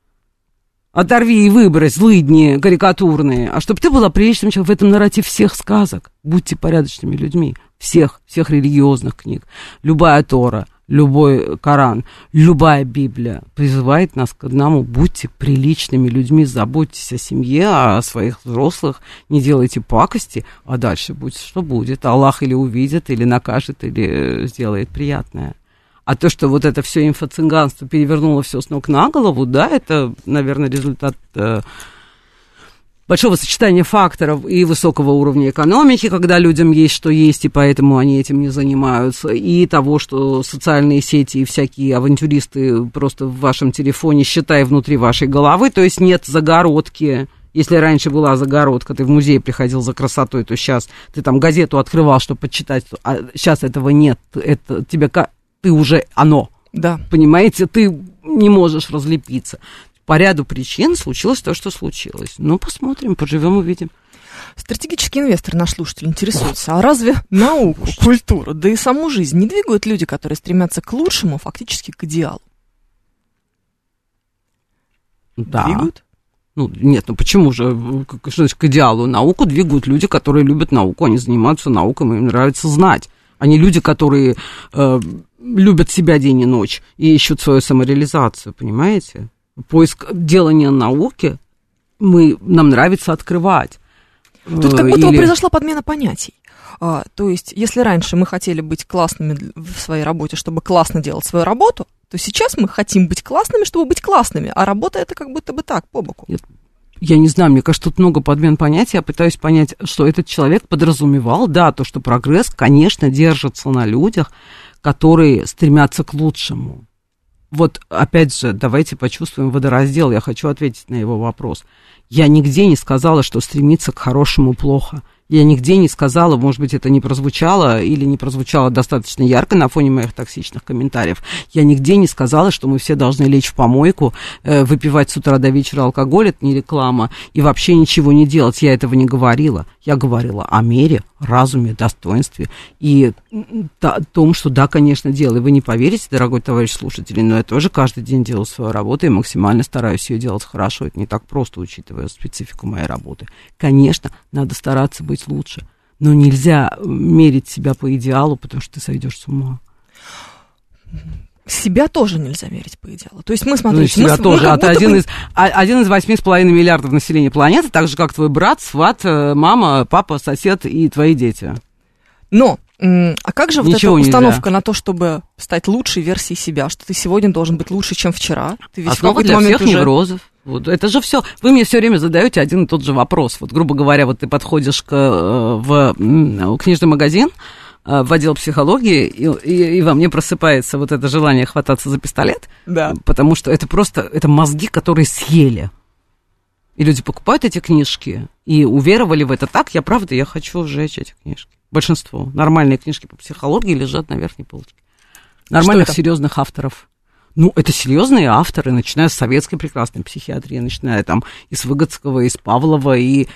оторви и выбрось, злыдни карикатурные, а чтобы ты была приличным человеком. В этом нарратив всех сказок. Будьте порядочными людьми. Всех религиозных книг. Любая Тора, любой Коран, любая Библия призывает нас к одному: будьте приличными людьми, заботьтесь о семье, о своих взрослых, не делайте пакости, а дальше будет что будет. Аллах или увидит, или накажет, или сделает приятное. А то, что вот это все инфо-цыганство перевернуло все с ног на голову, да, это, наверное, результат большого сочетания факторов и высокого уровня экономики, когда людям есть что есть, и поэтому они этим не занимаются, и того, что социальные сети и всякие авантюристы просто в вашем телефоне, считай, внутри вашей головы, то есть нет загородки. Если раньше была загородка, ты в музей приходил за красотой, то сейчас ты там газету открывал, чтобы почитать, а сейчас этого нет, это тебе ты уже оно, да. Понимаете, ты не можешь разлепиться. По ряду причин случилось то, что случилось. Ну, посмотрим, поживем, увидим. Стратегический инвестор, наш слушатель, интересуется, а разве науку, культуру, да и саму жизнь не двигают люди, которые стремятся к лучшему, фактически к идеалу? Да. Двигают? Ну, нет, ну почему же, что значит к идеалу? Науку двигают люди, которые любят науку, они занимаются наукой, им нравится знать. Они люди, которые любят себя день и ночь и ищут свою самореализацию, понимаете? Поиск делания науки нам нравится открывать. Тут как будто бы произошла подмена понятий. То есть, если раньше мы хотели быть классными в своей работе, чтобы классно делать свою работу, то сейчас мы хотим быть классными, чтобы быть классными, а работа это как будто бы так, по боку. Я не знаю, мне кажется, тут много подмен понятий, я пытаюсь понять, что этот человек подразумевал, да, то, что прогресс, конечно, держится на людях, которые стремятся к лучшему. Вот, опять же, давайте почувствуем водораздел, я хочу ответить на его вопрос. Я нигде не сказала, что стремиться к хорошему плохо. Я нигде не сказала, может быть, это не прозвучало или не прозвучало достаточно ярко на фоне моих токсичных комментариев. Я нигде не сказала, что мы все должны лечь в помойку, выпивать с утра до вечера алкоголь, это не реклама, и вообще ничего не делать. Я этого не говорила. Я говорила о мере, разуме, достоинстве и о том, что да, конечно, делаю. Вы не поверите, дорогой товарищ слушатель, но я тоже каждый день делаю свою работу и максимально стараюсь ее делать хорошо. Это не так просто, учитывая специфику моей работы. Конечно, надо стараться быть лучше, но нельзя мерить себя по идеалу, потому что ты сойдешь с ума. Себя тоже нельзя мерить по идеалу. То есть мы, смотрите... себя тоже. А ты один из 8,5 миллиардов населения планеты, так же, как твой брат, сват, мама, папа, сосед и твои дети. Но, а как же вот Ничего эта установка на то, чтобы стать лучшей версией себя, что ты сегодня должен быть лучше, чем вчера? Ты ведь основа для всех неврозов. Вот, это же все. Вы мне все время задаете один и тот же вопрос. Вот, грубо говоря, вот ты подходишь в книжный магазин, в отдел психологии, и во мне просыпается вот это желание хвататься за пистолет, да. Потому что это просто, это мозги, которые съели. И люди покупают эти книжки и уверовали в это так, я хочу сжечь эти книжки. Большинство. Нормальные книжки по психологии лежат на верхней полке. Нормальных, серьезных авторов. Ну, это серьезные авторы, начиная с советской прекрасной психиатрии, начиная там и с Выгодского, и с Павлова, и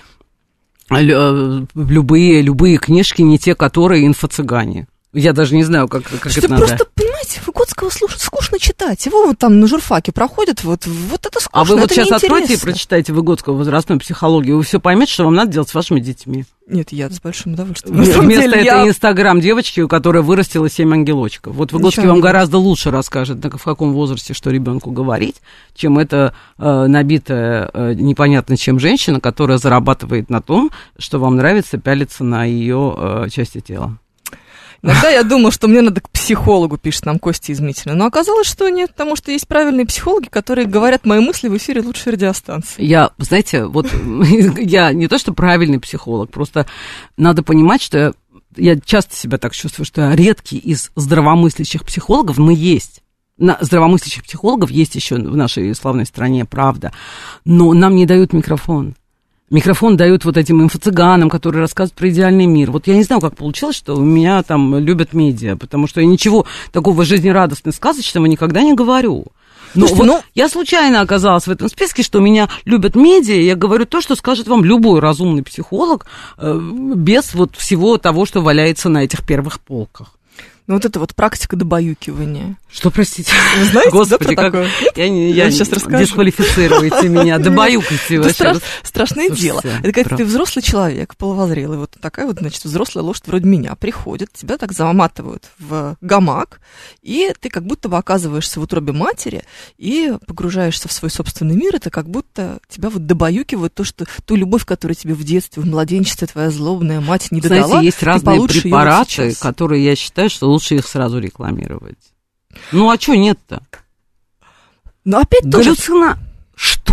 любые книжки, не те, которые инфо-цыгане. Я даже не знаю, как это надо. Просто, понимаете, Выгодского скучно читать. Его вот там на журфаке проходят, вот это скучно. А вы вот сейчас откройте и прочитайте Выгодского возрастную психологию, вы все поймете, что вам надо делать с вашими детьми. Нет, я с большим удовольствием. Вместо этой Инстаграм девочки, у которой вырастила 7 ангелочков. Вот Выгодский вам гораздо лучше расскажет, в каком возрасте что ребенку говорить, чем эта набитая непонятно чем женщина, которая зарабатывает на том, что вам нравится пялиться на ее части тела. Иногда я думала, что мне надо к психологу, пишет нам Костя Измитина. Но оказалось, что нет, потому что есть правильные психологи, которые говорят мои мысли в эфире лучшей радиостанции. Знаете, вот я не то, что правильный психолог, просто надо понимать, что я часто себя так чувствую, что редкий из здравомыслящих психологов мы есть. Здравомыслящих психологов есть еще в нашей славной стране, правда, но нам не дают микрофон. Микрофон дают вот этим инфо-цыганам, которые рассказывают про идеальный мир. Вот я не знаю, как получилось, что у меня там любят медиа, потому что я ничего такого жизнерадостного, сказочного никогда не говорю. Но слушайте, я случайно оказалась в этом списке, что меня любят медиа, и я говорю то, что скажет вам любой разумный психолог, без вот всего того, что валяется на этих первых полках. Ну, вот это вот практика добаюкивания. Что, простите? Вы знаете, Господи, да, как... Я сейчас расскажу. Дисквалифицируете меня, добаюкайте вообще. Страшное дело. Это когда ты взрослый человек, половозрелый, вот такая вот, значит, взрослая лошадь вроде меня приходит, тебя так заматывают в гамак, и ты как будто бы оказываешься в утробе матери и погружаешься в свой собственный мир, это как будто тебя вот добаюкивают то, что ту любовь, которую тебе в детстве, в младенчестве твоя злобная мать не додала. Знаете, есть разные препараты, которые я считаю, что лучше их сразу рекламировать. Ну, а что нет-то? Но опять тоже... Что?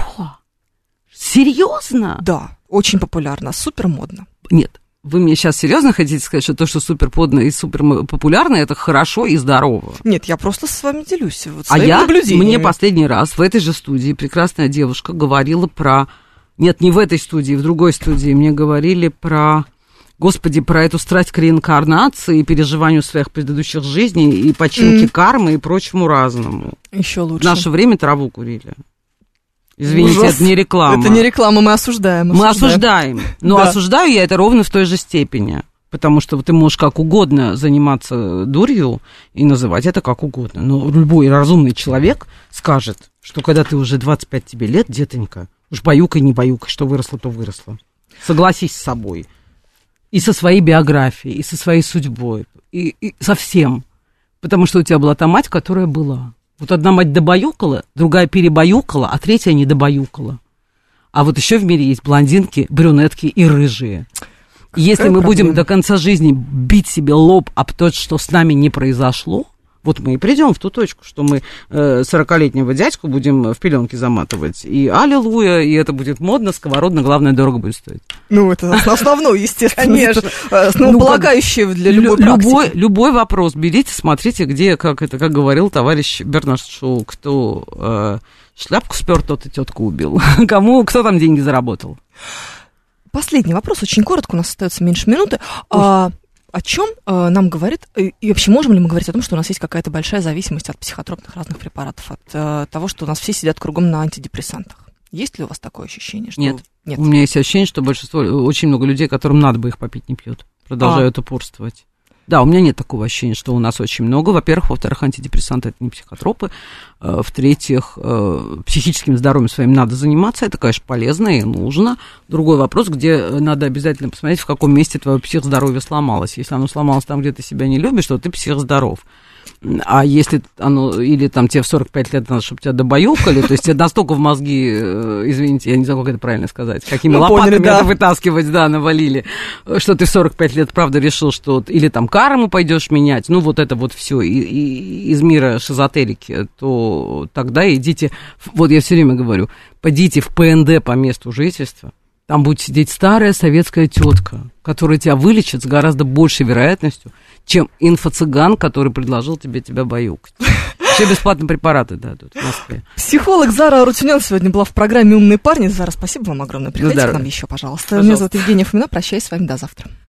Серьезно? Да, очень популярно, супер модно. Нет, вы мне сейчас серьезно хотите сказать, что то, что супер модно и супер популярно, это хорошо и здорово? Нет, я просто с вами делюсь вот своими наблюдениями. Мне последний раз в этой же студии прекрасная девушка говорила про... Нет, не в этой студии, в другой студии. Мне говорили про... Господи, про эту страсть к реинкарнации, переживанию своих предыдущих жизней и починке кармы и прочему разному. Еще лучше. В наше время траву курили. Извините, Ужас. это не реклама. Это не реклама, мы осуждаем. Мы осуждаем. Но да. Осуждаю я это ровно в той же степени. Потому что ты можешь как угодно заниматься дурью и называть это как угодно. Но любой разумный человек скажет, что когда ты уже 25 тебе лет, детонька, уж баюкай, не баюкай, что выросло, то выросло. Согласись с собой. И со своей биографией, и со своей судьбой, и со всем. Потому что у тебя была та мать, которая была. Вот одна мать добаюкала, другая перебаюкала, а третья не добаюкала. А вот еще в мире есть блондинки, брюнетки и рыжие. И если мы будем до конца жизни бить себе лоб об то, что с нами не произошло, вот мы и придем в ту точку, что мы 40-летнего дядьку будем в пеленки заматывать. И аллилуйя, и это будет модно, сковородно, главное, дорого будет стоить. Ну, это основное, естественно. Конечно. Основополагающее для любой практики. Любой вопрос берите, смотрите, где, как говорил товарищ Бернард Шоу, кто шляпку спер, тот и тетку убил. Кто там деньги заработал? Последний вопрос, очень коротко, у нас остается меньше минуты. О чем нам говорит, и вообще можем ли мы говорить о том, что у нас есть какая-то большая зависимость от психотропных разных препаратов, от того, что у нас все сидят кругом на антидепрессантах? Есть ли у вас такое ощущение? Что... Нет. У меня есть ощущение, что большинство, очень много людей, которым надо бы их попить, не пьют, продолжают упорствовать. Да, у меня нет такого ощущения, что у нас очень много. Во-первых, во-вторых, антидепрессанты – это не психотропы. В-третьих, психическим здоровьем своим надо заниматься. Это, конечно, полезно и нужно. Другой вопрос, где надо обязательно посмотреть, в каком месте твое психоздоровье сломалось. Если оно сломалось там, где ты себя не любишь, то ты психоздоров. А если оно, или там тебе в 45 лет надо, чтобы тебя добаюкали, то есть тебе настолько в мозги, извините, я не знаю, как это правильно сказать, какими лопатами это вытаскивать, да, навалили, что ты в 45 лет, правда, решил, что или там карму пойдешь менять, ну вот это вот все и из мира шизотерики, то тогда идите, вот я все время говорю, пойдите в ПНД по месту жительства, там будет сидеть старая советская тетка, которая тебя вылечит с гораздо большей вероятностью, чем инфо-цыган, который предложил тебе тебя баюкать. Все бесплатные препараты дадут в Москве. Психолог Зара Арутюнян сегодня была в программе «Умные парни». Зара, спасибо вам огромное. Приходите к нам еще, пожалуйста. Меня зовут Евгения Фомина. Прощаюсь с вами до завтра.